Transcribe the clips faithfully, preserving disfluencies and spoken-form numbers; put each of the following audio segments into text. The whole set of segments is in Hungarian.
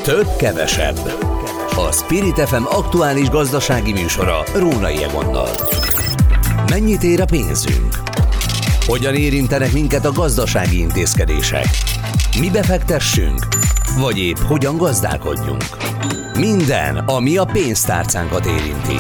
Több kevesebb. A Spirit ef em aktuális gazdasági műsora Rónai Egonnal. Mennyit ér a pénzünk? Hogyan érintenek minket a gazdasági intézkedések? Mi befektessünk? Vagy épp hogyan gazdálkodjunk? Minden, ami a pénztárcánkat érinti.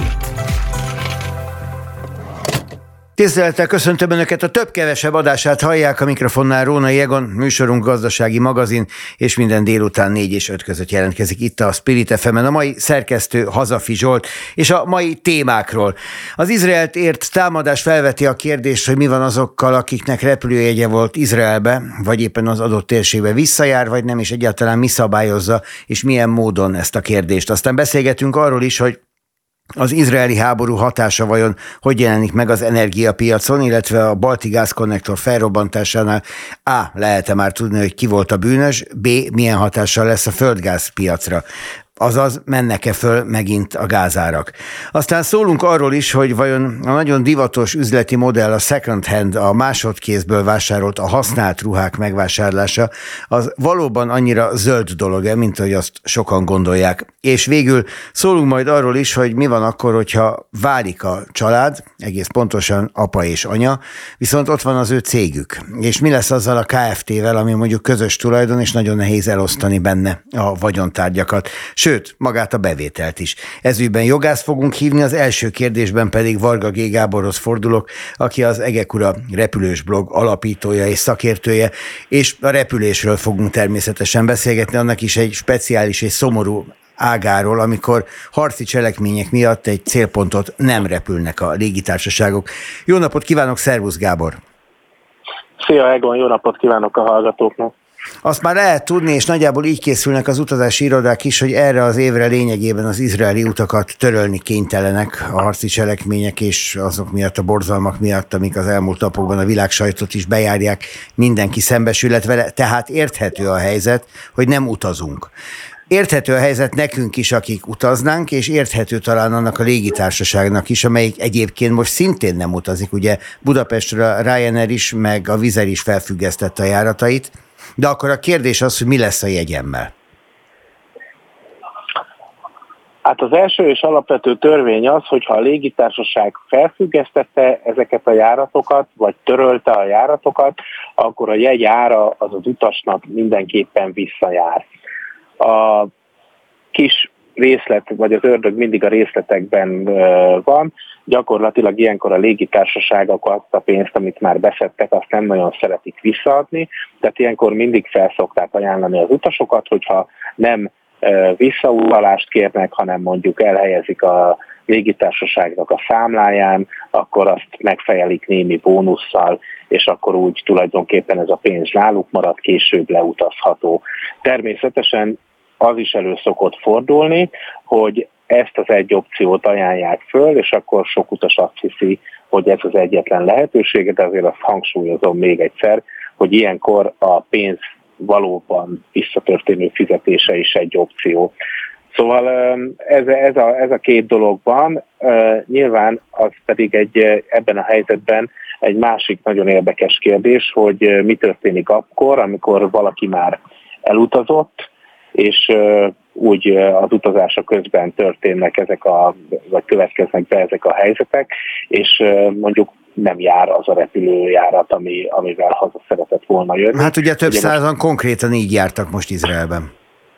Tisztelettel köszöntöm Önöket, a több-kevesebb adását hallják, a mikrofonnál Rónai Egon, műsorunk gazdasági magazin, és minden délután négy és öt között jelentkezik itt a Spirit ef emen. A mai szerkesztő Hazafi Zsolt, és a mai témákról. Az Izraelt ért támadás felveti a kérdést, hogy mi van azokkal, akiknek repülőjegye volt Izraelbe, vagy éppen az adott térségbe visszajár, vagy nem, és egyáltalán mi szabályozza, és milyen módon ezt a kérdést. Aztán beszélgetünk arról is, hogy az izraeli háború hatása vajon hogy jelenik meg az energiapiacon, illetve a balti gázkonnektor felrobbantásánál A. lehet-e már tudni, hogy ki volt a bűnös, B. milyen hatással lesz a földgázpiacra. Azaz, mennek-e föl megint a gázárak. Aztán szólunk arról is, hogy vajon a nagyon divatos üzleti modell, a second hand, a másodkézből vásárolt, a használt ruhák megvásárlása, az valóban annyira zöld dolog-e, mint hogy azt sokan gondolják. És végül szólunk majd arról is, hogy mi van akkor, hogyha válik a család, egész pontosan apa és anya, viszont ott van az ő cégük. És mi lesz azzal a ká ef té-vel, ami mondjuk közös tulajdon, és nagyon nehéz elosztani benne a vagyontárgyakat. Sőt, magát a bevételt is. Ezügyben jogász fogunk hívni, az első kérdésben pedig Varga G. Gáborhoz fordulok, aki az Egekura repülős blog alapítója és szakértője, és a repülésről fogunk természetesen beszélgetni, annak is egy speciális és szomorú ágáról, amikor harci cselekmények miatt egy célpontot nem repülnek a légitársaságok. Jó napot kívánok, szervusz Gábor! Szia Egon, jó napot kívánok a hallgatóknak! Azt már lehet tudni, és nagyjából így készülnek az utazási irodák is, hogy erre az évre lényegében az izraeli utakat törölni kénytelenek a harci cselekmények, és azok miatt, a borzalmak miatt, amik az elmúlt napokban a világsajtot is bejárják, mindenki szembesülhet vele, tehát érthető a helyzet, hogy nem utazunk. Érthető a helyzet nekünk is, akik utaznánk, és érthető talán annak a légitársaságnak is, amelyik egyébként most szintén nem utazik. Ugye Budapestről a Ryanair is, meg a Wizz Air is felfüggesztette a járatait, de akkor a kérdés az, hogy mi lesz a jegyemmel? Hát az első és alapvető törvény az, hogyha a légitársaság felfüggesztette ezeket a járatokat, vagy törölte a járatokat, akkor a jegy ára az az utasnak mindenképpen visszajár. A kis részlet, vagy az ördög mindig a részletekben van, gyakorlatilag ilyenkor a légitársaságok azt a pénzt, amit már beszedtek, azt nem nagyon szeretik visszaadni, tehát ilyenkor mindig felszokták ajánlani az utasokat, hogyha nem visszautalást kérnek, hanem mondjuk elhelyezik a légitársaságnak a számláján, akkor azt megfejelik némi bónusszal, és akkor úgy tulajdonképpen ez a pénz náluk marad, később leutazható. Természetesen az is elő szokott fordulni, hogy ezt az egy opciót ajánlják föl, és akkor sok utas azt hiszi, hogy ez az egyetlen lehetőség, de azért azt hangsúlyozom még egyszer, hogy ilyenkor a pénz valóban visszatörténő fizetése is egy opció. Szóval ez, ez, a, ez a két dolog van, nyilván az pedig egy, ebben a helyzetben egy másik nagyon érdekes kérdés, hogy mi történik akkor, amikor valaki már elutazott, és úgy az utazása közben történnek ezek a, vagy következnek be ezek a helyzetek, és mondjuk nem jár az a repülőjárat, ami, amivel haza szeretett volna jönni. Hát ugye több ugye százan most, konkrétan így jártak most Izraelben.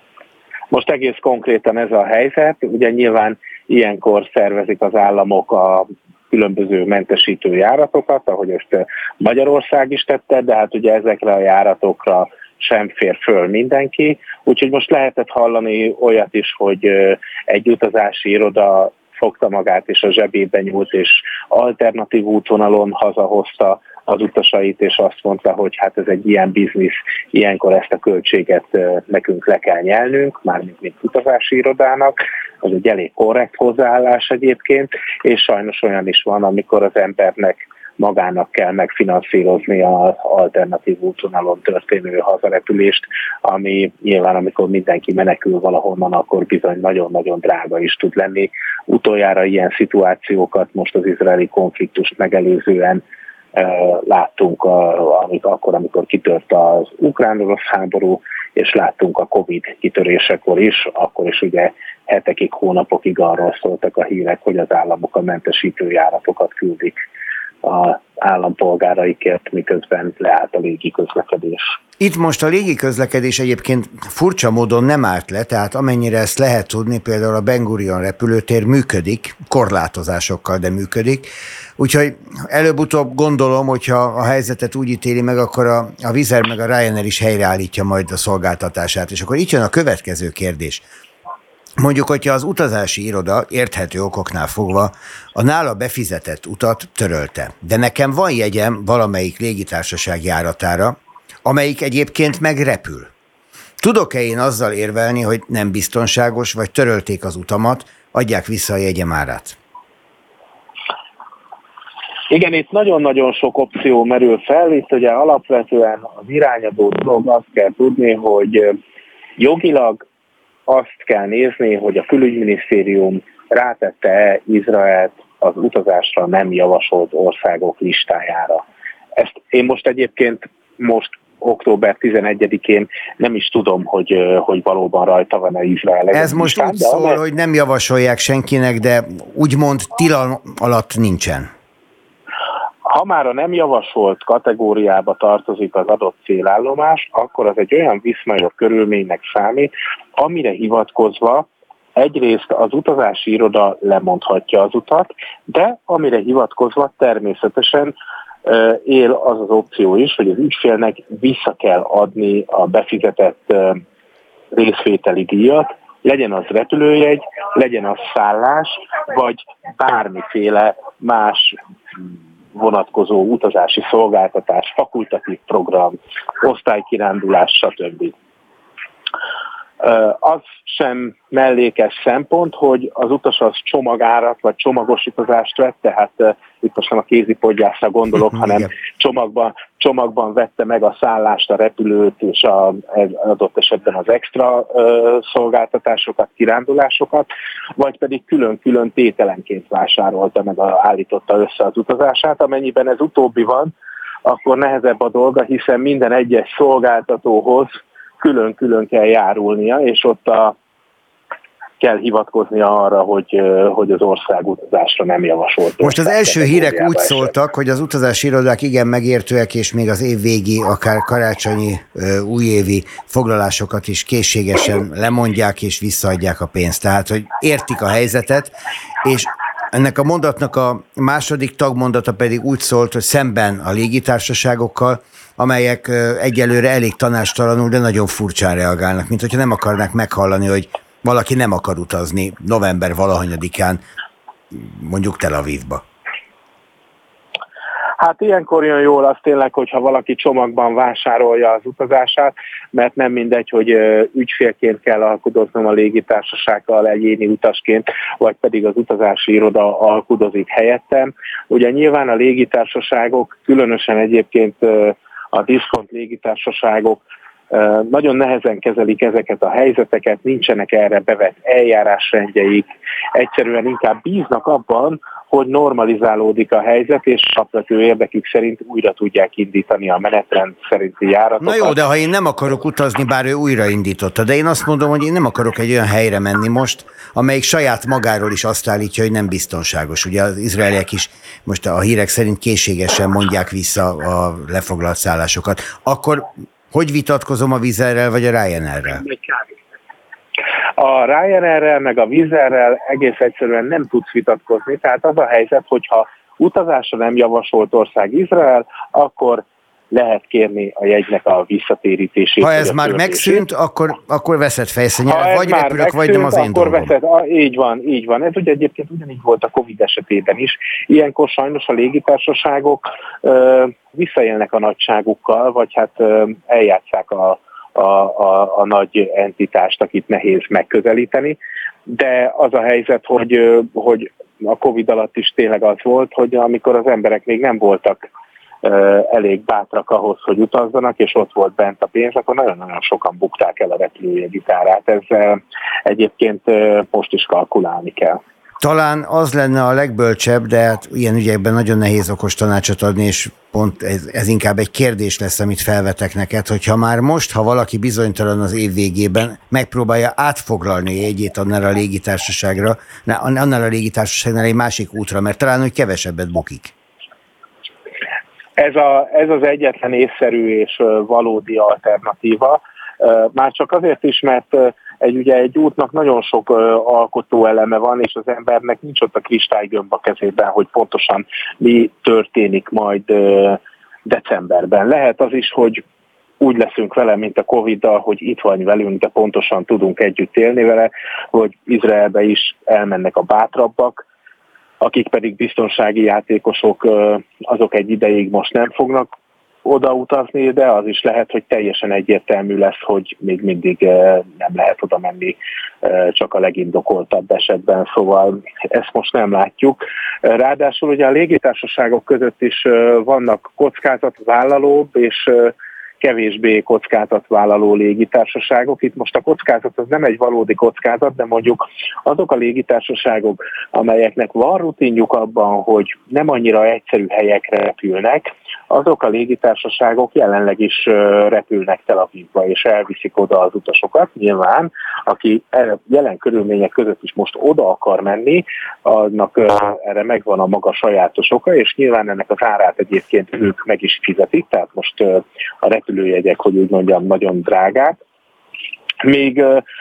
Most egész konkrétan ez a helyzet, ugye nyilván ilyenkor szervezik az államok a különböző mentesítő járatokat, ahogy ezt Magyarország is tette, de hát ugye ezekre a járatokra sem fér föl mindenki, úgyhogy most lehetett hallani olyat is, hogy egy utazási iroda fogta magát és a zsebébe nyúlt, és alternatív útvonalon hazahozta az utasait, és azt mondta, hogy hát ez egy ilyen biznisz, ilyenkor ezt a költséget nekünk le kell nyelnünk, mármint mint utazási irodának. Az egy elég korrekt hozzáállás egyébként, és sajnos olyan is van, amikor az embernek magának kell megfinanszírozni az alternatív útvonalon történő hazarepülést, ami nyilván, amikor mindenki menekül valahonnan, akkor bizony nagyon-nagyon drága is tud lenni. Utoljára ilyen szituációkat most az izraeli konfliktust megelőzően láttunk amikor, akkor, amikor kitört az ukrán-orosz háború, és láttunk a Covid kitörésekor is, akkor is ugye hetekig, hónapokig arról szóltak a hírek, hogy az államok a mentesítő járatokat küldik az állampolgáraikért, miközben leállt a légi közlekedés. Itt most a légi közlekedés egyébként furcsa módon nem állt le, tehát amennyire ezt lehet tudni, például a Ben Gurion repülőtér működik, korlátozásokkal, de működik. Úgyhogy előbb-utóbb gondolom, hogyha a helyzetet úgy ítéli meg, akkor a, a Wizz Air meg a Ryanair is helyreállítja majd a szolgáltatását. És akkor itt jön a következő kérdés. Mondjuk, hogyha az utazási iroda érthető okoknál fogva a nála befizetett utat törölte, de nekem van jegyem valamelyik légitársaság járatára, amelyik egyébként megrepül. Tudok-e én azzal érvelni, hogy nem biztonságos, vagy törölték az utamat, adják vissza a jegyem árát? Igen, itt nagyon-nagyon sok opció merül fel. Itt ugye alapvetően az irányadó dolog azt kell tudni, hogy jogilag azt kell nézni, hogy a külügyminisztérium rátette-e Izraelt az utazásra nem javasolt országok listájára. Ezt én most egyébként most október tizenegyedikén nem is tudom, hogy, hogy valóban rajta van a Izrael. Ez most listán, úgy szól, amely... hogy nem javasolják senkinek, de úgymond tilalom alatt nincsen. Ha már a nem javasolt kategóriába tartozik az adott célállomás, akkor az egy olyan viszonylag körülménynek számít, amire hivatkozva egyrészt az utazási iroda lemondhatja az utat, de amire hivatkozva természetesen él az az opció is, hogy az ügyfélnek vissza kell adni a befizetett részvételi díjat, legyen az repülőjegy, legyen az szállás, vagy bármiféle más vonatkozó utazási szolgáltatás, fakultatív program, osztálykirándulás, stb. Az sem mellékes szempont, hogy az utas az csomagárat vagy csomagos utazást vett, tehát uh, itt most nem a kézipodgyászra gondolok, hanem csomagban, csomagban vette meg a szállást, a repülőt és a, adott esetben az extra uh, szolgáltatásokat, kirándulásokat, vagy pedig külön-külön tételenként vásárolta meg, a, állította össze az utazását. Amennyiben ez utóbbi van, akkor nehezebb a dolga, hiszen minden egyes szolgáltatóhoz külön-külön kell járulnia, és ott a, kell hivatkoznia arra, hogy, hogy az ország utazásra nem javasolt. Most az első hírek úgy szóltak, hogy az utazási irodák igen megértőek, és még az évvégi, akár karácsonyi, újévi foglalásokat is készségesen lemondják és visszaadják a pénzt. Tehát, hogy értik a helyzetet, és ennek a mondatnak a második tagmondata pedig úgy szólt, hogy szemben a légitársaságokkal, amelyek egyelőre elég tanástalanul, de nagyon furcsán reagálnak, mint hogyha nem akarnák meghallani, hogy valaki nem akar utazni november valahanyadikán mondjuk Tel Avivba. Hát ilyenkor jön jól az tényleg, hogyha valaki csomagban vásárolja az utazását, mert nem mindegy, hogy ügyfélként kell alkudoznom a légitársasággal egyéni utasként, vagy pedig az utazási iroda alkudozik helyettem. Ugye nyilván a légitársaságok, különösen egyébként a diszkont légitársaságok nagyon nehezen kezelik ezeket a helyzeteket, nincsenek erre bevett eljárásrendjeik, egyszerűen inkább bíznak abban, hogy normalizálódik a helyzet, és alapvető érdekük szerint újra tudják indítani a menetrend szerinti járatokat. Na jó, de ha én nem akarok utazni, bár ő újraindította, de én azt mondom, hogy én nem akarok egy olyan helyre menni most, amelyik saját magáról is azt állítja, hogy nem biztonságos. Ugye az izraeliek is most a hírek szerint készségesen mondják vissza a lefoglalt szállásokat. Akkor hogy vitatkozom a Wizz Airrel vagy a Ryanairrel? A Ryanairrel meg a Wizz Airrel egész egyszerűen nem tudsz vitatkozni, tehát az a helyzet, hogyha utazásra nem javasolt ország Izrael, akkor lehet kérni a jegynek a visszatérítését. Ha ez már megszűnt, akkor, akkor veszed fejszennyel, vagy repülök, megszűnt, vagy nem az én akkor dolgom. Veszed, a, így van, így van. Ez ugye egyébként ugyanígy volt a Covid esetében is. Ilyenkor sajnos a légitársaságok ö, visszaélnek a nagyságukkal, vagy hát ö, eljátszák a, a, a, a nagy entitást, akit nehéz megközelíteni. De az a helyzet, hogy, ö, hogy a Covid alatt is tényleg az volt, hogy amikor az emberek még nem voltak elég bátrak ahhoz, hogy utazzanak, és ott volt bent a pénz, akkor nagyon-nagyon sokan bukták el a repülőjegyük árát. Ezzel egyébként most is kalkulálni kell. Talán az lenne a legbölcsebb, de hát ilyen ügyekben nagyon nehéz okos tanácsot adni, és pont ez, ez inkább egy kérdés lesz, amit felvetek neked, hogyha már most, ha valaki bizonytalan az év végében, megpróbálja átfoglalni jegyét annál a légitársaságra, annál a légitársaságnál egy másik útra, mert talán, hogy kevesebbet bukik. Ez, a, ez az egyetlen észszerű és valódi alternatíva. Már csak azért is, mert egy, ugye egy útnak nagyon sok alkotó eleme van, és az embernek nincs ott a kristálygömb a kezében, hogy pontosan mi történik majd decemberben. Lehet az is, hogy úgy leszünk vele, mint a Coviddal, hogy itt vagy velünk, de pontosan tudunk együtt élni vele, hogy Izraelbe is elmennek a bátrabbak, akik pedig biztonsági játékosok, azok egy ideig most nem fognak oda utazni, de az is lehet, hogy teljesen egyértelmű lesz, hogy még mindig nem lehet oda menni csak a legindokoltabb esetben, szóval ezt most nem látjuk. Ráadásul ugye a légitársaságok között is vannak kockázatvállalóbb és kevésbé kockázatvállaló légitársaságok. Itt most a kockázat az nem egy valódi kockázat, de mondjuk azok a légitársaságok, amelyeknek van rutinjuk abban, hogy nem annyira egyszerű helyekre repülnek, azok a légitársaságok jelenleg is repülnek Tel Avivba, és elviszik oda az utasokat. Nyilván, aki jelen körülmények között is most oda akar menni, annak erre megvan a maga sajátos oka, és nyilván ennek az árát egyébként ők meg is fizetik, tehát most a repülőjegyek, hogy úgy mondjam, nagyon drágák. Még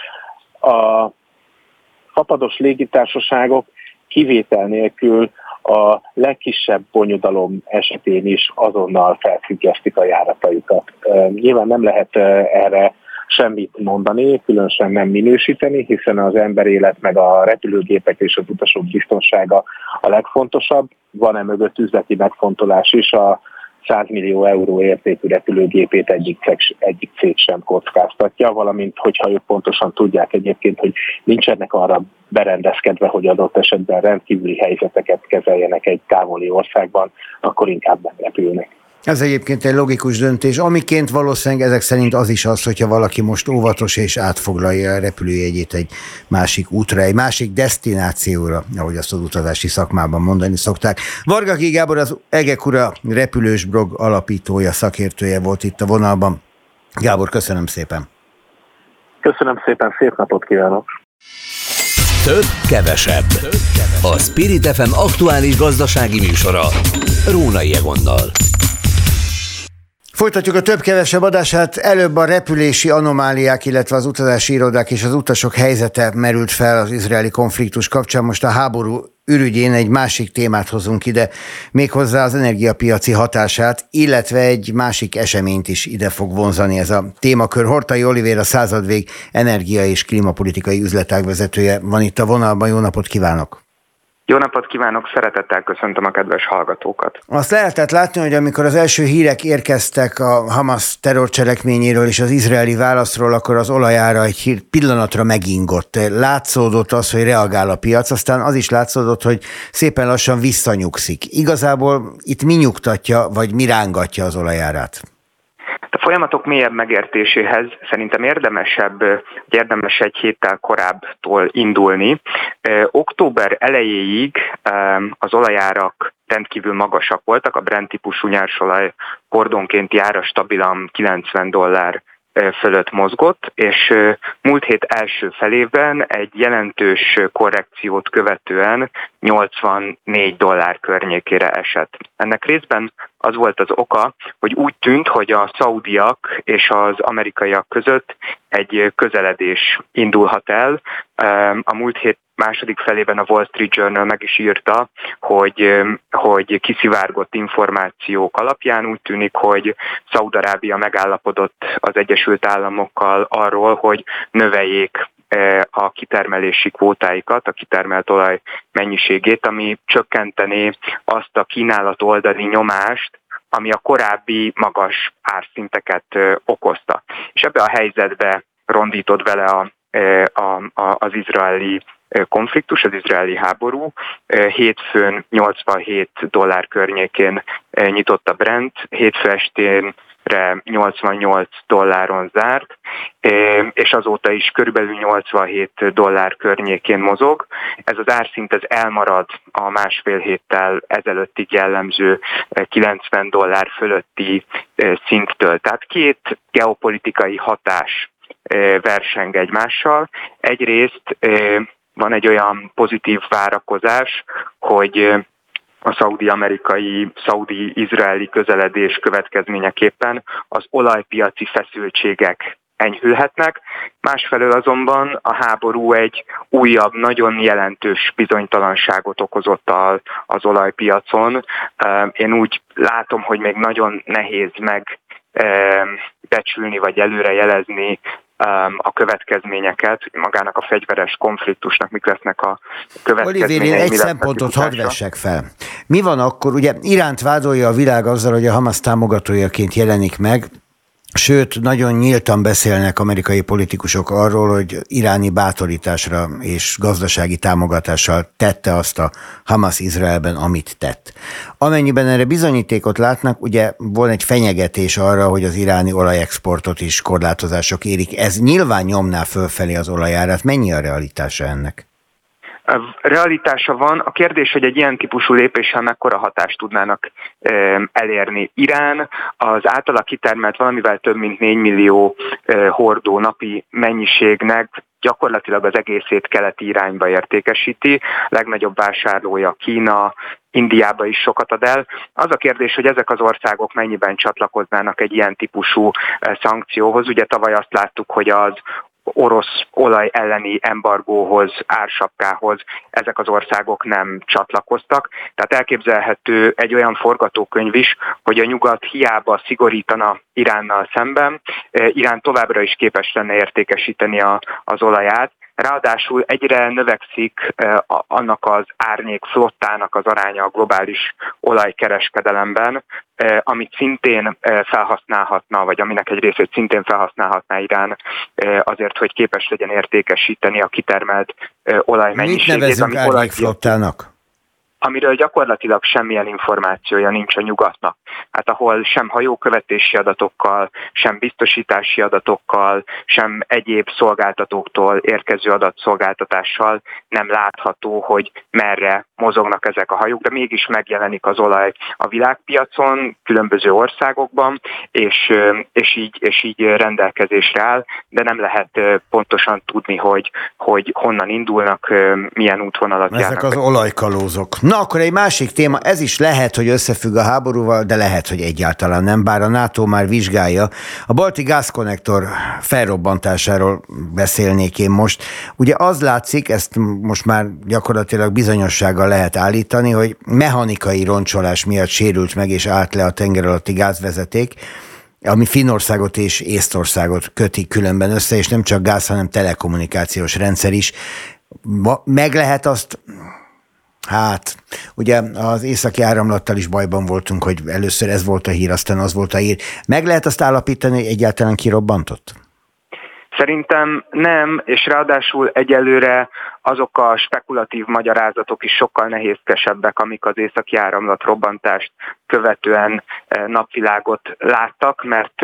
a fapados légitársaságok kivétel nélkül a legkisebb bonyodalom esetén is azonnal felfüggesztik a járataikat. Nyilván nem lehet erre semmit mondani, különösen nem minősíteni, hiszen az emberélet meg a repülőgépek és az utasok biztonsága a legfontosabb. Van-e mögött üzleti megfontolás is, a száz millió euró értékű repülőgépét egyik cég, egyik cég sem kockáztatja, valamint hogyha ők pontosan tudják egyébként, hogy nincsenek arra berendezkedve, hogy adott esetben rendkívüli helyzeteket kezeljenek egy távoli országban, akkor inkább nem repülnek. Ez egyébként egy logikus döntés, amiként valószínűleg ezek szerint az is az, hogyha valaki most óvatos és átfoglalja a repülőjegyét egy másik útra, egy másik desztinációra, ahogy azt az utazási szakmában mondani szokták. Varga Gábor, az Egekura repülős blog alapítója, szakértője volt itt a vonalban. Gábor, köszönöm szépen. Köszönöm szépen, szép napot kívánok. Több, kevesebb. A Spirit ef em aktuális gazdasági műsora Rónai Egonnal. Folytatjuk a több-kevesebb adását. Előbb a repülési anomáliák, illetve az utazási irodák és az utasok helyzete merült fel az izraeli konfliktus kapcsán. Most a háború ürügyén egy másik témát hozunk ide, méghozzá az energiapiaci hatását, illetve egy másik eseményt is ide fog vonzani ez a témakör. Hortai Olivér, a Századvég energia- és klímapolitikai üzletág vezetője van itt a vonalban. Jó napot kívánok! Jó napot kívánok, szeretettel köszöntöm a kedves hallgatókat. Azt lehetett látni, hogy amikor az első hírek érkeztek a Hamas terrorcselekményéről és az izraeli válaszról, akkor az olajára egy hír pillanatra megingott. Látszódott az, hogy reagál a piac, aztán az is látszódott, hogy szépen lassan visszanyugszik. Igazából itt mi nyugtatja, vagy mi rángatja az olajárát? A folyamatok mélyebb megértéséhez szerintem érdemesebb, érdemes egy héttel korábbtól indulni. Október elejéig az olajárak rendkívül magasak voltak, a Brent típusú nyersolaj hordonkénti ára stabilan kilencven dollár fölött mozgott, és múlt hét első felében egy jelentős korrekciót követően nyolcvannégy dollár környékére esett. Ennek részben az volt az oka, hogy úgy tűnt, hogy a szaudiak és az amerikaiak között egy közeledés indulhat el. A múlt hét második felében a Wall Street Journal meg is írta, hogy, hogy kiszivárgott információk alapján úgy tűnik, hogy Szaúd-Arábia megállapodott az Egyesült Államokkal arról, hogy növeljék a kitermelési kvótáikat, a kitermelt olaj mennyiségét, ami csökkentené azt a kínálat oldali nyomást, ami a korábbi magas árszinteket okozta. És ebbe a helyzetbe rondított vele a, a, a, az izraeli konfliktus, az izraeli háború. Hétfőn nyolcvanhét dollár környékén nyitott a Brent, hétfő estén nyolcvannyolc dolláron zárt, és azóta is körülbelül nyolcvanhét dollár környékén mozog. Ez az árszint ez elmarad a másfél héttel ezelőttig jellemző kilencven dollár fölötti szinttől. Tehát két geopolitikai hatás verseng egymással. Egyrészt van egy olyan pozitív várakozás, hogy a szaudi-amerikai, szaudi-izraeli közeledés következményeképpen az olajpiaci feszültségek enyhülhetnek, másfelől azonban a háború egy újabb, nagyon jelentős bizonytalanságot okozott az olajpiacon. Én úgy látom, hogy még nagyon nehéz megbecsülni vagy előrejelezni a következményeket, magának a fegyveres konfliktusnak, mik lesznek a következményei. Olivér, én egy szempontot hadd vessek fel. Mi van akkor, ugye Iránt vádolja a világ azzal, hogy a Hamas támogatójaként jelenik meg, sőt, nagyon nyíltan beszélnek amerikai politikusok arról, hogy iráni bátorításra és gazdasági támogatással tette azt a Hamas Izraelben, amit tett. Amennyiben erre bizonyítékot látnak, ugye van egy fenyegetés arra, hogy az iráni olajexportot is korlátozások érik. Ez nyilván nyomná fölfelé az olajárát. Mennyi a realitása ennek? A realitása van. A kérdés, hogy egy ilyen típusú lépéssel mekkora hatást tudnának elérni. Irán az általa kitermelt valamivel több mint négy millió hordó napi mennyiségnek gyakorlatilag az egészét keleti irányba értékesíti. Legnagyobb vásárlója Kína, Indiába is sokat ad el. Az a kérdés, hogy ezek az országok mennyiben csatlakoznának egy ilyen típusú szankcióhoz. Ugye tavaly azt láttuk, hogy az orosz olaj elleni embargóhoz, ársapkához ezek az országok nem csatlakoztak. Tehát elképzelhető egy olyan forgatókönyv is, hogy a nyugat hiába szigorítana Iránnal szemben, Irán továbbra is képes lenne értékesíteni a, az olaját. Ráadásul egyre növekszik annak az árnyék flottának az aránya a globális olajkereskedelemben, amit szintén felhasználhatna, vagy aminek egy részét szintén felhasználhatná Irán azért, hogy képes legyen értékesíteni a kitermelt olajmennyiségét. Mit nevezünk árnyék flottának? Amiről gyakorlatilag semmilyen információja nincs a nyugatnak. Hát ahol sem hajókövetési adatokkal, sem biztosítási adatokkal, sem egyéb szolgáltatóktól érkező adatszolgáltatással nem látható, hogy merre mozognak ezek a hajók, de mégis megjelenik az olaj a világpiacon, különböző országokban, és, és, így, és így rendelkezésre áll, de nem lehet pontosan tudni, hogy, hogy honnan indulnak, milyen útvonalat járnak. Ezek az olajkalózok. Na, akkor egy másik téma, ez is lehet, hogy összefügg a háborúval, de lehet, hogy egyáltalán nem, bár a NATO már vizsgálja. A balti gázkonnektor felrobbantásáról beszélnék én most. Ugye az látszik, ezt most már gyakorlatilag bizonyossággal lehet állítani, hogy mechanikai roncsolás miatt sérült meg és állt le a tengeralatti gázvezeték, ami Finnországot és Észtországot köti különben össze, és nem csak gáz, hanem telekommunikációs rendszer is. Meg lehet azt... Hát, ugye az északi áramlattal is bajban voltunk, hogy először ez volt a hír, aztán az volt a hír. Meg lehet azt állapítani, hogy egyáltalán kirobbantott? Szerintem nem, és ráadásul egyelőre azok a spekulatív magyarázatok is sokkal nehézkesebbek, amik az északi áramlat robbantást követően napvilágot láttak, mert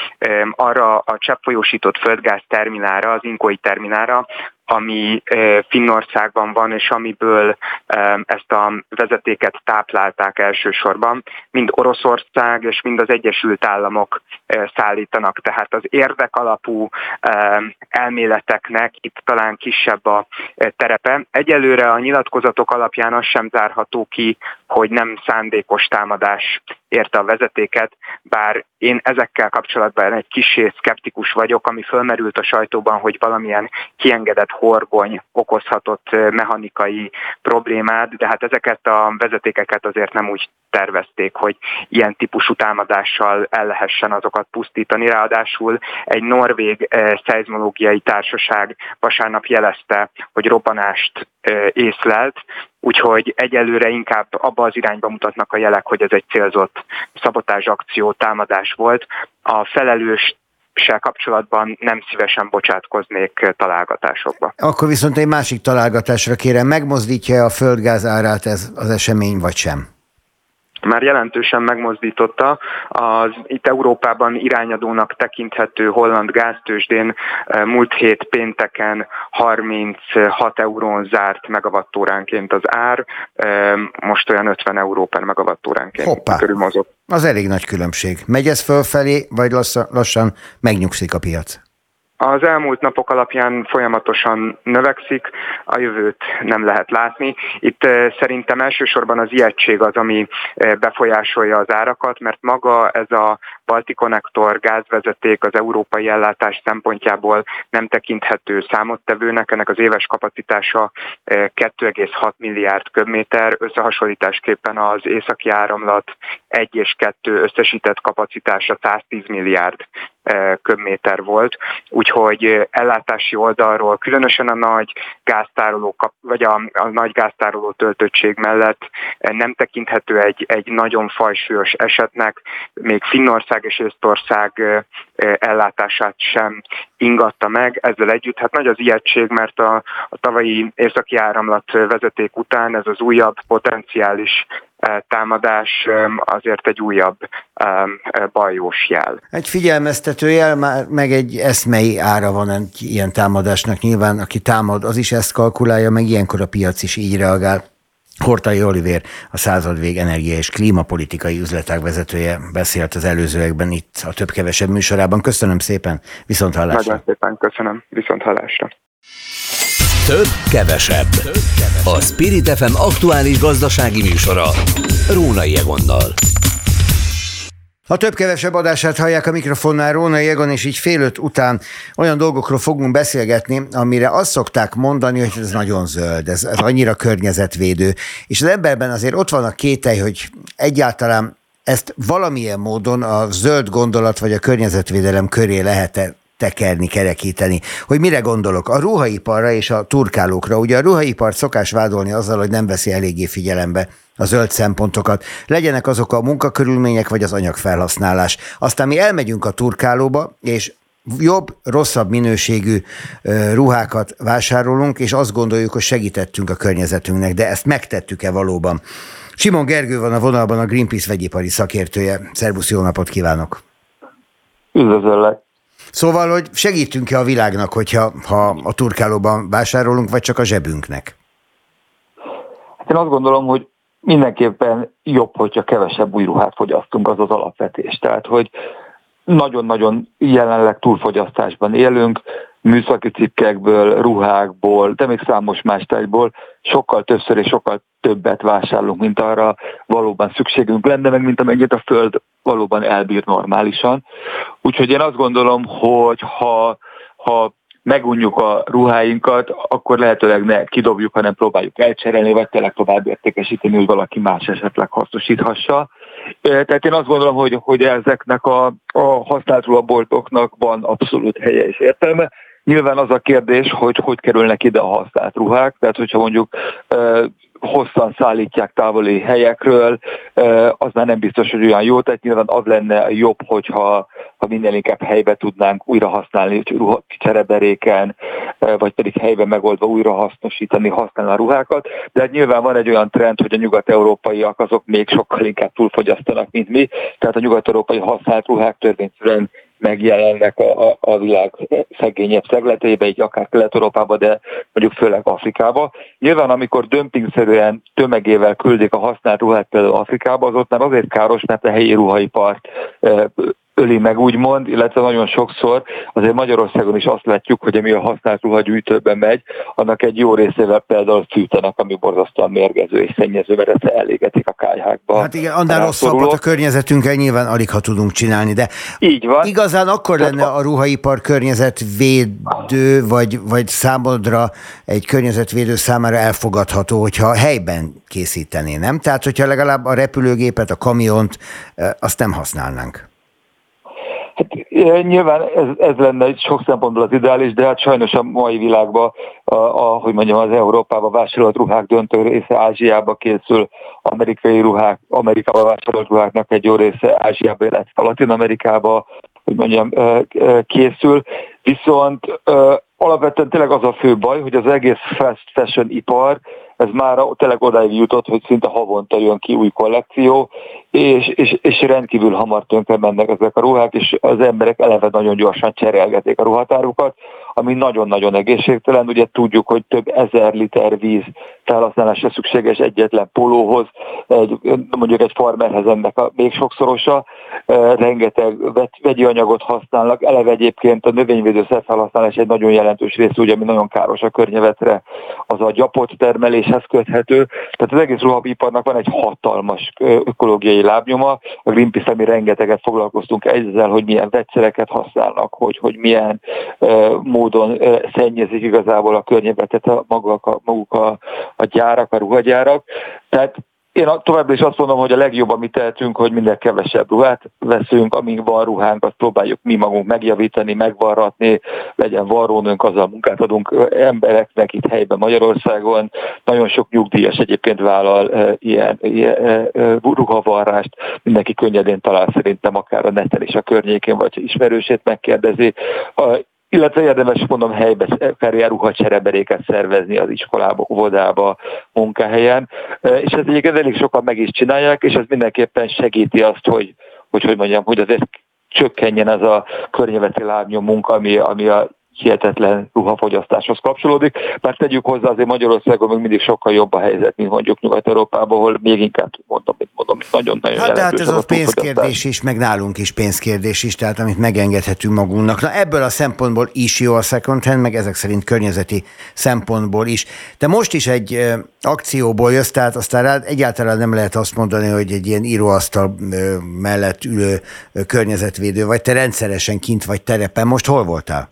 arra a cseppfolyósított földgáz terminára, az Inkoi terminára, ami Finnországban van, és amiből ezt a vezetéket táplálták elsősorban, mind Oroszország és mind az Egyesült Államok szállítanak. Tehát az érdek alapú elméleteknek itt talán kisebb a terepe. Egyelőre a nyilatkozatok alapján az sem zárható ki, hogy nem szándékos támadás érte a vezetéket, bár én ezekkel kapcsolatban egy kissé szkeptikus vagyok, ami fölmerült a sajtóban, hogy valamilyen kiengedett horgony okozhatott mechanikai problémát, de hát ezeket a vezetékeket azért nem úgy tervezték, hogy ilyen típusú támadással el lehessen azokat pusztítani. Ráadásul egy norvég szeizmológiai társaság vasárnap jelezte, hogy robbanást észlelt, úgyhogy egyelőre inkább abba az irányba mutatnak a jelek, hogy ez egy célzott szabotázsakció, támadás volt. A felelős kapcsolatban nem szívesen bocsátkoznék találgatásokba. Akkor viszont egy másik találgatásra kérem, megmozdítja a földgáz árát ez az esemény, vagy sem? Már jelentősen megmozdította. Az itt Európában irányadónak tekinthető holland gáztőzsdén múlt hét pénteken harminchat eurón zárt megawattóránként az ár, most olyan ötven euró per megawattóránként Hoppá. körül mozog. Az elég nagy különbség. Megy ez fölfelé, vagy lassan, lassan megnyugszik a piac? Az elmúlt napok alapján folyamatosan növekszik, a jövőt nem lehet látni. Itt szerintem elsősorban az ijegység az, ami befolyásolja az árakat, mert maga ez a Balticconnector gázvezeték az európai ellátás szempontjából nem tekinthető számottevőnek, ennek az éves kapacitása kettő egész hat milliárd köbméter, összehasonlításképpen az északi áramlat egy és kettő összesített kapacitása száztíz milliárd köbméter volt, úgyhogy ellátási oldalról különösen a nagy gáztároló vagy a, a nagy gáztároló töltöttség mellett nem tekinthető egy, egy nagyon fajsúlyos esetnek, még Finnország és Észtország ellátását sem ingatta meg, ezzel együtt hát nagy az ijegység, mert a, a tavalyi északi áramlat vezeték után ez az újabb potenciális támadás azért egy újabb bajós jel. Egy figyelmeztető jel, meg egy eszmei ára van egy ilyen támadásnak nyilván, aki támad, az is ezt kalkulálja, meg ilyenkor a piac is így reagál. Horthy Olivér, a Századvég energia- és klímapolitikai üzletág vezetője beszélt az előzőekben itt a Több-kevesebb műsorában. Köszönöm szépen, viszont hallásra. Nagyon szépen köszönöm, viszont hallásra. Több kevesebb. A Spirit ef em aktuális gazdasági műsora Rónai Egonnal. A Több-kevesebb adását hallják, a mikrofonnál Rónai Egon, és így fél öt után olyan dolgokról fogunk beszélgetni, amire azt szokták mondani, hogy ez nagyon zöld, ez, ez annyira környezetvédő. És az emberben azért ott van a kételj, hogy egyáltalán ezt valamilyen módon a zöld gondolat vagy a környezetvédelem köré lehet-e tekerni, kerekíteni. Hogy mire gondolok? A ruhaiparra és a turkálókra. Ugye a ruhaipart szokás vádolni azzal, hogy nem veszi eléggé figyelembe a zöld szempontokat. Legyenek azok a munkakörülmények, vagy az anyagfelhasználás. Aztán mi elmegyünk a turkálóba, és jobb, rosszabb minőségű ruhákat vásárolunk, és azt gondoljuk, hogy segítettünk a környezetünknek, de ezt megtettük-e valóban? Simon Gergő van a vonalban, a Greenpeace vegyipari szakértője. Szervusz, jó napot kívánok! Üdvözöllek! Szóval, hogy segítünk-e a világnak, hogyha ha a turkálóban vásárolunk, vagy csak a zsebünknek? Hát én azt gondolom, hogy mindenképpen jobb, hogyha kevesebb új ruhát fogyasztunk, az az alapvetés. Tehát, hogy nagyon-nagyon jelenleg túlfogyasztásban élünk, műszaki cikkekből, ruhákból, de még számos más tárgyból sokkal többször és sokkal többet vásárolunk, mint arra valóban szükségünk lenne, meg mint amennyit a Föld valóban elbír normálisan. Úgyhogy én azt gondolom, hogy ha, ha megunjuk a ruháinkat, akkor lehetőleg ne kidobjuk, hanem próbáljuk elcserélni, vagy tényleg tovább értékesíteni, hogy valaki más esetleg hasznosíthassa. Tehát én azt gondolom, hogy, hogy ezeknek a, a használt ruhaboltoknak van abszolút helye és értelme. Nyilván az a kérdés, hogy hogy kerülnek ide a használt ruhák, tehát hogyha mondjuk hosszan szállítják távoli helyekről, az már nem biztos, hogy olyan jó, tehát nyilván az lenne jobb, hogyha ha minden inkább helybe tudnánk újra használni csereberéken, vagy pedig helyben megoldva újra hasznosítani, használni a ruhákat, de hát nyilván van egy olyan trend, hogy a nyugat-európaiak azok még sokkal inkább túlfogyasztanak, mint mi, tehát a nyugat-európai használt ruhák törvényszerűen megjelennek a, a, a világ szegényebb szegleteibe, így akár Kelet-Európába, de mondjuk főleg Afrikába. Nyilván, amikor dömpingszerűen tömegével küldik a használt ruhát például Afrikába, az ott már azért káros, mert a helyi ruhaipart e, öli meg úgymond, illetve nagyon sokszor azért Magyarországon is azt látjuk, hogy ami a használt ruhagyűjtőben megy, annak egy jó részével például fűtenek, ami borzasztóan mérgező és szennyező, mert ezt elégetik a kályhákba. Hát igen, annál rosszabbat a környezetünkkel nyilván alig ha tudunk csinálni, de így van. Igazán akkor lenne a ruhaipar környezetvédő, vagy, vagy számodra egy környezetvédő számára elfogadható, hogyha helyben készítené, nem? Tehát, hogyha legalább a repülőgépet, a kamiont, azt nem használnánk. Hát nyilván ez, ez lenne sok szempontból az ideális, de hát sajnos a mai világban, ahogy mondjam, az Európába vásárolt ruhák döntő része Ázsiába készül, amerikai ruhák, Amerikába vásárolt ruháknak egy jó része Ázsiába, illetve Latin Amerikába hogy mondjam, készül. Viszont alapvetően tényleg az a fő baj, hogy az egész fast fashion ipar, ez már tényleg odáig jutott, hogy szinte havonta jön ki új kollekció, és, és, és rendkívül hamar tönkre mennek ezek a ruhák, és az emberek eleve nagyon gyorsan cserélgetik a ruhatárukat, ami nagyon-nagyon egészségtelen. Ugye tudjuk, hogy több ezer liter víz felhasználásra szükséges egyetlen pólóhoz, egy, mondjuk egy farmerhez ennek a még sokszorosa, rengeteg vegyi anyagot használnak, eleve egyébként a növényvédőszer felhasználás egy nagyon jelentős része, ugye, ami nagyon káros a környezetre, az a gyapott termeléshez köthető. Tehát az egész ruhaiparnak van egy hatalmas ökológiai lábnyoma. A Greenpeace, ami rengeteget foglalkoztunk ezzel, hogy milyen vegyszereket használnak, hogy, hogy milyen uh, módon uh, szennyezik igazából a környezetet a maguk, a, maguk a, a gyárak, a ruhagyárak. Tehát én továbbra is azt mondom, hogy a legjobb, amit tehetünk, hogy minden kevesebb ruhát veszünk, amíg van ruhánk, azt próbáljuk mi magunk megjavítani, megvarratni, legyen varrónőnk, azzal munkát adunk embereknek itt helyben Magyarországon. Nagyon sok nyugdíjas egyébként vállal e, ilyen, ilyen e, ruhavarrást, mindenki könnyedén talál szerintem akár a neten is a környékén, vagy ismerősét megkérdezi. A, illetve érdemes, mondom, helybe karrierruha csereberéket szervezni az iskolába, óvodába, munkahelyen, és ez egyébként elég sokan meg is csinálják, és ez mindenképpen segíti azt, hogy, hogy, hogy mondjam, hogy azért csökkenjen ez a környezeti lábnyom munka, ami, ami a hihetetlen ruhafogyasztáshoz kapcsolódik, mert tegyük hozzá, azért Magyarországon még mindig sokkal jobb a helyzet, mint mondjuk Nyugat-Európában, ahol még inkább mondom, mit mondom, nagyon-nagyon hát, jelentős. Hát ez a pénzkérdés is, meg nálunk is pénzkérdés is, tehát amit megengedhetünk magunknak. Na ebből a szempontból is jó a second hand, meg ezek szerint környezeti szempontból is. De most is egy ö, akcióból jössz, tehát aztán rád egyáltalán nem lehet azt mondani, hogy egy ilyen íróasztal ö, mellett ülő ö, környezetvédő, vagy te rendszeresen kint vagy terepen. Most hol voltál?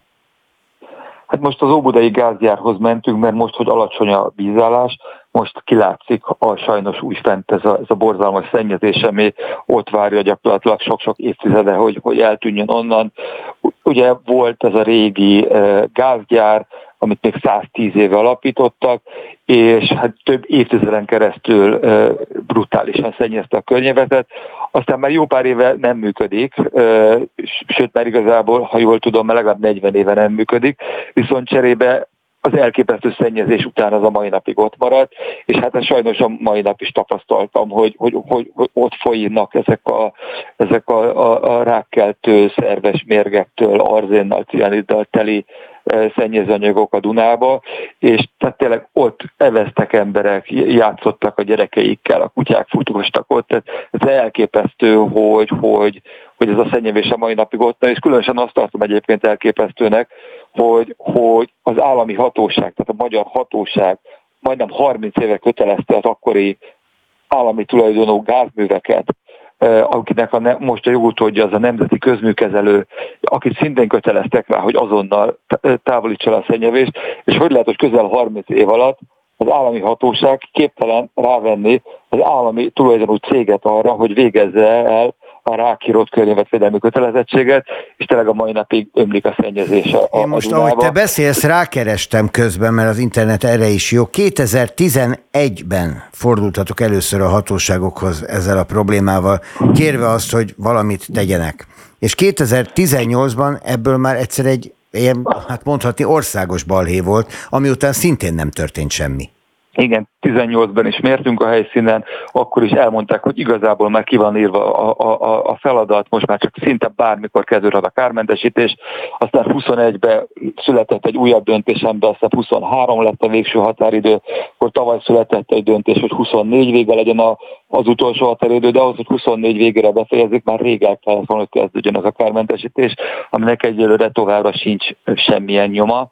Hát most az óbudai gázgyárhoz mentünk, mert most, hogy alacsony a vízállás, most kilátszik a sajnos újfent ez a, ez a borzalmas szennyezés, ami ott várja gyakorlatilag sok-sok évtizede, hogy, hogy eltűnjön onnan. Ugye volt ez a régi uh, gázgyár, amit még száztíz éve alapítottak, és hát több évtizeden keresztül uh, brutálisan szennyezte a környezetet. Aztán már jó pár éve nem működik, uh, sőt már igazából, ha jól tudom, legalább negyven éve nem működik, viszont cserébe az elképesztő szennyezés után az a mai napig ott maradt, és hát ezt sajnos a mai nap is tapasztaltam, hogy, hogy, hogy, hogy ott folynak ezek a, ezek a, a, a rákkeltő szerves mérgektől, arzénnal, cianiddal teli szennyezőanyagok a Dunába, és tehát tényleg ott eveztek emberek, játszottak a gyerekeikkel, a kutyák futostak ott, tehát ez elképesztő, hogy, hogy, hogy ez a szennyezés a mai napig ott, és különösen azt tartom egyébként elképesztőnek, hogy, hogy az állami hatóság, tehát a magyar hatóság majdnem harminc éve kötelezte az akkori állami tulajdonú gázműveket, akinek a ne, most a jogutódja az a nemzeti közműkezelő, akit szintén köteleztek rá, hogy azonnal távolítsa el a szennyezést, és hogy lehet, hogy közel harminc év alatt az állami hatóság képtelen rávenni az állami tulajdonú céget arra, hogy végezze el a rákírott környezetvédelmi kötelezettséget, és tényleg a mai napig ömlik a szennyezés a, a Én most, Dunába. ahogy te beszélsz, rákerestem közben, mert az internet erre is jó. kétezer-tizenegyben fordultatok először a hatóságokhoz ezzel a problémával, kérve azt, hogy valamit tegyenek. És kétezer-tizennyolcban ebből már egyszer egy ilyen, hát mondhatni, országos balhé volt, ami után szintén nem történt semmi. Igen, tizennyolcban is mértünk a helyszínen, akkor is elmondták, hogy igazából már ki van írva a, a, a feladat, most már csak szinte bármikor kezdődhet a kármentesítés, aztán huszonegyben született egy újabb döntés, amiben aztán huszonhárom lett a végső határidő, akkor tavaly született egy döntés, hogy huszonnégy vége legyen a, az utolsó határidő, de ahhoz, hogy huszonnégy végére befejezik, már rég el kellett volna, hogy kezdődjön ez a kármentesítés, aminek egyelőre továbbra sincs semmilyen nyoma,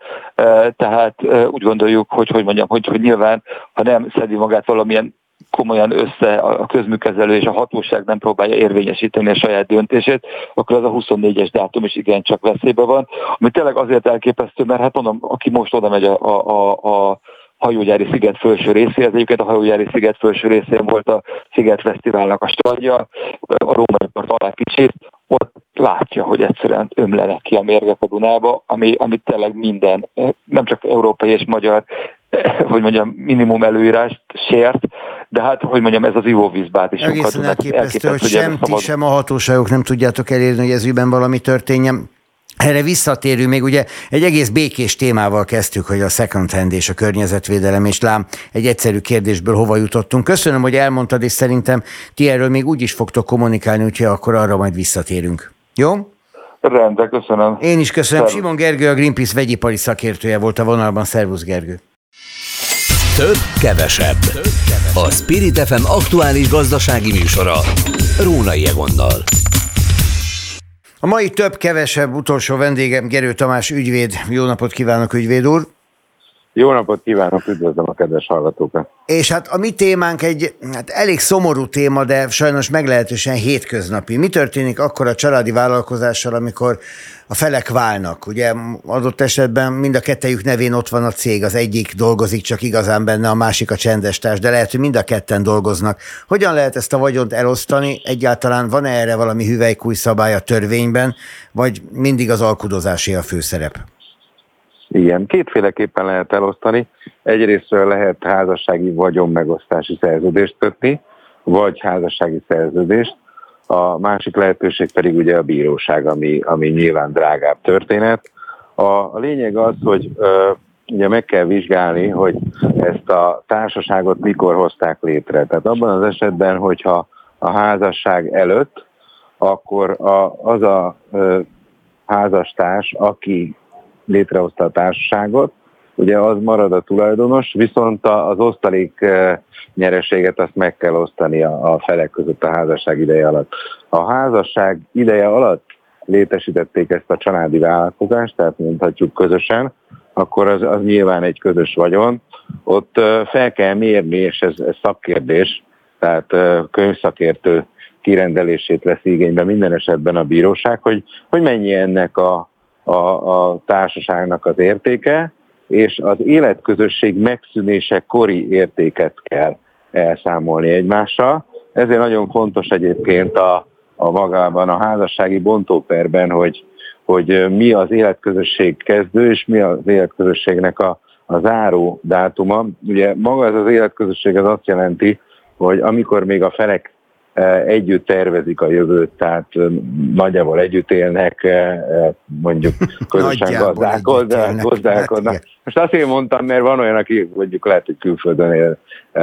tehát úgy gondoljuk, hogy, hogy mondjam, hogy, hogy nyilván, ha nem szedi magát valamilyen komolyan össze a közműkezelő és a hatóság nem próbálja érvényesíteni a saját döntését, akkor az a huszonnégyes dátum is igencsak veszélyben van, ami tényleg azért elképesztő, mert hát mondom, aki most oda megy a, a, a hajógyári sziget felső részéhez, egyébként a hajógyári sziget felső részén volt a Szigetfesztiválnak a strandja, a római part alá kicsit, ott látja, hogy egyszerűen ömlenek ki a mérgek a Dunába, ami, ami tényleg minden, nem csak európai és magyar, hogy mondjam, minimum előírást sért, de hát, hogy mondjam, ez az ivóvízbát is. Egészen elképesztő, hogy sem ti, sem a hatóságok nem tudjátok elérni, hogy ez ügyben valami történjen. Erre visszatérünk, még ugye egy egész békés témával kezdtük, hogy a second hand és a környezetvédelem, és lám egy egyszerű kérdésből hova jutottunk. Köszönöm, hogy elmondtad, és szerintem ti erről még úgy is fogtok kommunikálni, úgyhogy akkor arra majd visszatérünk. Jó? Rendben, köszönöm. Én is köszönöm. Szervusz. Simon Gergő, a Greenpeace vegyipari szakértője volt a vonalban. Szervusz, Gergő. Több, kevesebb. A Spirit ef em aktuális gazdasági műsora Rónai Egonnal. A mai több-kevesebb utolsó vendégem Gerő Tamás ügyvéd. Jó napot kívánok, ügyvéd úr! Jó napot kívánok, üdvözlöm a kedves hallgatókat! És hát a mi témánk egy hát elég szomorú téma, de sajnos meglehetősen hétköznapi. Mi történik akkor a családi vállalkozással, amikor a felek válnak? Ugye adott esetben mind a kettejük nevén ott van a cég, az egyik dolgozik csak igazán benne, a másik a csendestárs, de lehet, hogy mind a ketten dolgoznak. Hogyan lehet ezt a vagyont elosztani? Egyáltalán van-e erre valami hüvelykúj szabály a törvényben, vagy mindig az alkudozásé a főszerep? Igen, kétféleképpen lehet elosztani. Egyrésztről lehet házassági vagyonmegosztási szerződést kötni, vagy házassági szerződést. A másik lehetőség pedig ugye a bíróság, ami, ami nyilván drágább történet. A, a lényeg az, hogy ö, ugye meg kell vizsgálni, hogy ezt a társaságot mikor hozták létre. Tehát abban az esetben, hogyha a házasság előtt, akkor a, az a ö, házastárs, aki létrehozta a társaságot, ugye az marad a tulajdonos, viszont az osztalék nyereséget azt meg kell osztani a, a felek között a házasság ideje alatt. A házasság ideje alatt létesítették ezt a családi vállalkozást, tehát mondhatjuk közösen, akkor az, az nyilván egy közös vagyon. Ott fel kell mérni, és ez, ez szakkérdés, tehát könyvszakértő kirendelését vesz igénybe minden esetben a bíróság, hogy, hogy mennyi ennek a A, a társaságnak az értéke, és az életközösség megszűnése kori értéket kell elszámolni egymással. Ezért nagyon fontos egyébként a, a magában a házassági bontóperben, hogy, hogy mi az életközösség kezdő, és mi az életközösségnek a, a záró dátuma. Ugye maga ez az életközösség az azt jelenti, hogy amikor még a felek együtt tervezik a jövőt, tehát nagyjából együtt élnek, mondjuk közösen gazdálkodnak. Most azért mondtam, mert van olyan, aki mondjuk lehet, hogy külföldön él,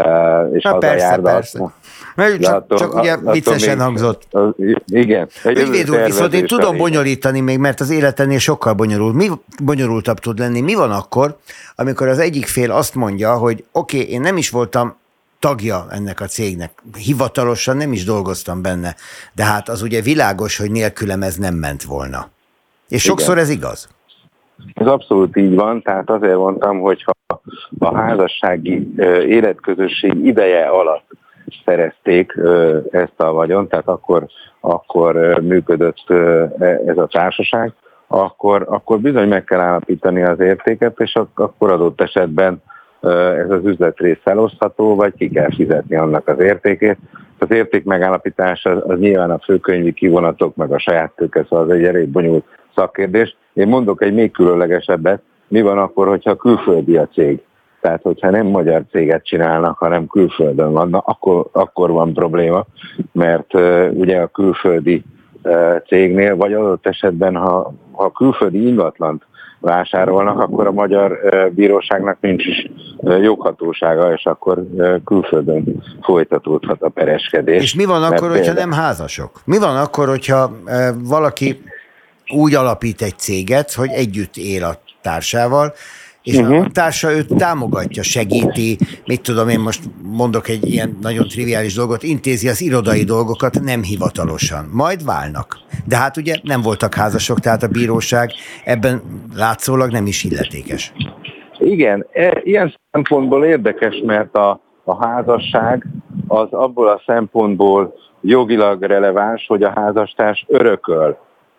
és Na, hazajár. Persze, persze. Csak, attól, csak ugye viccesen még, hangzott. Az, igen. Ügyvéd úr, viszont én tudom bonyolítani még, mert az életennél sokkal bonyolult. Mi bonyolultabb tud lenni? Mi van akkor, amikor az egyik fél azt mondja, hogy oké, okay, én nem is voltam tagja ennek a cégnek. Hivatalosan nem is dolgoztam benne, de hát az ugye világos, hogy nélkülem ez nem ment volna. És igen. Sokszor ez igaz. Ez abszolút így van, tehát azért mondtam, hogy ha a házassági életközösség ideje alatt szerezték ezt a vagyont, tehát akkor, akkor működött ez a társaság, akkor, akkor bizony meg kell állapítani az értéket, és akkor adott esetben ez az üzletrész felosztható, vagy ki kell fizetni annak az értékét. Az érték megállapítás az, az nyilván a főkönyvi kivonatok, meg a saját tőke, szóval az egy elég bonyolult szakkérdés. Én mondok egy még különlegesebbet, mi van akkor, hogyha külföldi a cég? Tehát, hogyha nem magyar céget csinálnak, hanem külföldön van, akkor, akkor van probléma, mert uh, ugye a külföldi uh, cégnél, vagy adott esetben, ha, ha külföldi ingatlant vásárolnak, akkor a magyar bíróságnak nincs is joghatósága, és akkor külföldön folytatódhat a pereskedés. És mi van akkor, hogyha nem házasok? Mi van akkor, hogyha valaki úgy alapít egy céget, hogy együtt él a társával, és uh-huh. a társa őt támogatja, segíti, mit tudom én, most mondok egy ilyen nagyon triviális dolgot, intézi az irodai dolgokat nem hivatalosan. Majd válnak. De hát ugye nem voltak házasok, tehát a bíróság ebben látszólag nem is illetékes. Igen, ilyen szempontból érdekes, mert a, a házasság az abból a szempontból jogilag releváns, hogy a házastárs örököl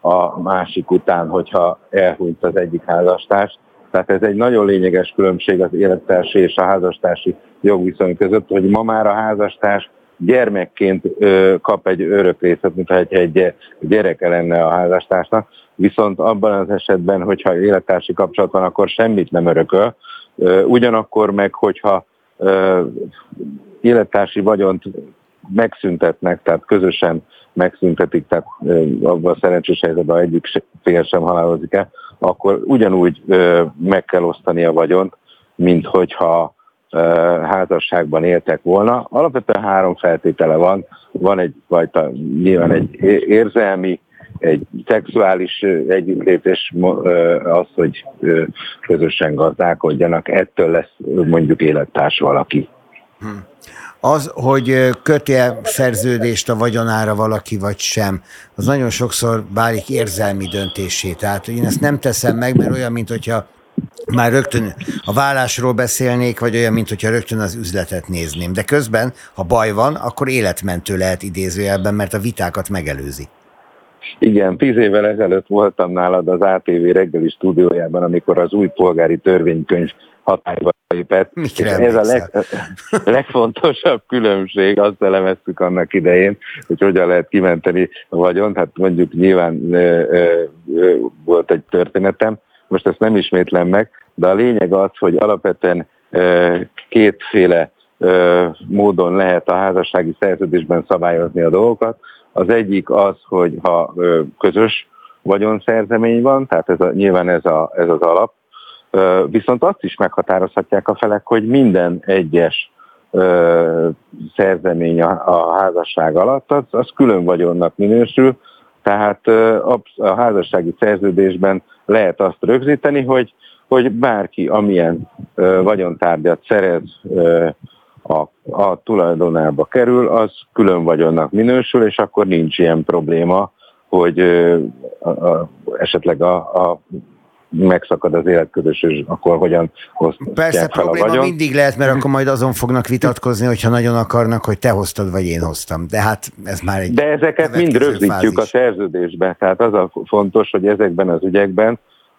a másik után, hogyha elhunyt az egyik házastárs. Tehát ez egy nagyon lényeges különbség az élettársi és a házastársi jogviszony között, hogy ma már a házastárs gyermekként ö, kap egy örökrészet, mintha egy, egy gyereke lenne a házastársnak, viszont abban az esetben, hogyha élettársi kapcsolat van, akkor semmit nem örököl. Ö, ugyanakkor meg, hogyha ö, élettársi vagyont megszüntetnek, tehát közösen megszüntetik, tehát abban a szerencsés helyzetben egyik fél sem halálozik el, akkor ugyanúgy meg kell osztani a vagyont, mint hogyha házasságban éltek volna. Alapvetően három feltétele van. Van egyfajta, nyilván egy érzelmi, egy szexuális együttlépés, az, hogy közösen gazdálkodjanak, ettől lesz mondjuk élettárs valaki. Az, hogy köti-e szerződést a vagyonára valaki vagy sem, az nagyon sokszor válik érzelmi döntésé. Tehát én ezt nem teszem meg, mert olyan, mint hogyha már rögtön a vállásról beszélnék, vagy olyan, mint hogyha rögtön az üzletet nézném. De közben, ha baj van, akkor életmentő lehet idézőjelben, mert a vitákat megelőzi. Igen, tíz évvel ezelőtt voltam nálad az á té vé reggeli stúdiójában, amikor az új polgári törvénykönyv hatályba lépett. Ez a leg, legfontosabb különbség, azt elemeztük annak idején, hogy hogyan lehet kimenteni a vagyont. Hát mondjuk nyilván ö, ö, ö, volt egy történetem, most ezt nem ismétlem meg, de a lényeg az, hogy alapvetően ö, kétféle ö, módon lehet a házassági szerződésben szabályozni a dolgokat. Az egyik az, hogy ha ö, közös vagyonszerzemény van, tehát ez a, nyilván ez, a, ez az alap, ö, viszont azt is meghatározhatják a felek, hogy minden egyes ö, szerzemény a, a házasság alatt, az, az külön vagyonnak minősül, tehát ö, a, a házassági szerződésben lehet azt rögzíteni, hogy, hogy bárki amilyen ö, vagyontárgyat szerez, ö, A, a tulajdonába kerül, az külön vagyonnak minősül, és akkor nincs ilyen probléma, hogy ö, a, a, esetleg a, a megszakad az életközös, és akkor hogyan osztják Persze, fel a probléma vagyon. mindig lehet, mert akkor majd azon fognak vitatkozni, hogyha nagyon akarnak, hogy te hoztad, vagy én hoztam. De hát ez már egy De ezeket mind rögzítjük fázis. A szerződésben. Tehát az a fontos, hogy ezekben az ügyekben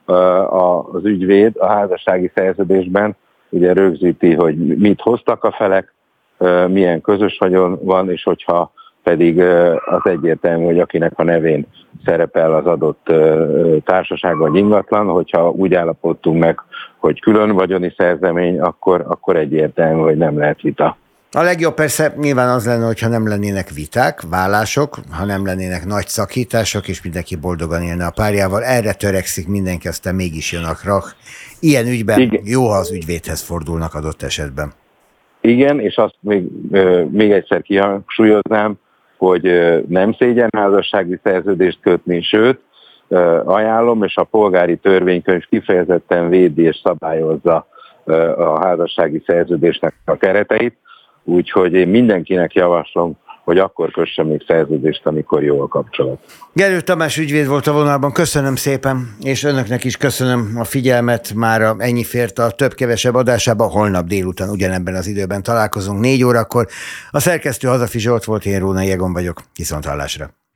az ügyvéd a házassági szerződésben ugye rögzíti, hogy mit hoztak a felek, milyen közös vagyon van, és hogyha pedig az egyértelmű, hogy akinek a nevén szerepel az adott társaság vagy ingatlan, hogyha úgy állapodtunk meg, hogy külön vagyoni szerzemény, akkor, akkor egyértelmű, hogy nem lehet vita. A legjobb persze nyilván az lenne, hogyha nem lennének viták, vállások, ha nem lennének nagy szakítások, és mindenki boldogan élne a párjával. Erre törekszik mindenki, aztán mégis jön a krach. Ilyen ügyben igen. Jó, ha az ügyvédhez fordulnak adott esetben. Igen, és azt még, még egyszer kihangsúlyoznám, hogy nem szégyen házassági szerződést kötni, sőt, ajánlom, és a polgári törvénykönyv kifejezetten védi és szabályozza a házassági szerződésnek a kereteit, úgyhogy én mindenkinek javaslom, hogy akkor kössön még szerződést, amikor jó a kapcsolat. Gerő Tamás ügyvéd volt a vonalban, köszönöm szépen, és önöknek is köszönöm a figyelmet, mára ennyi fért a több-kevesebb adásába, holnap délután ugyanebben az időben találkozunk négy órakor. A szerkesztő Hazafi Zsolt volt, én Rónai Egon vagyok, viszonthallásra.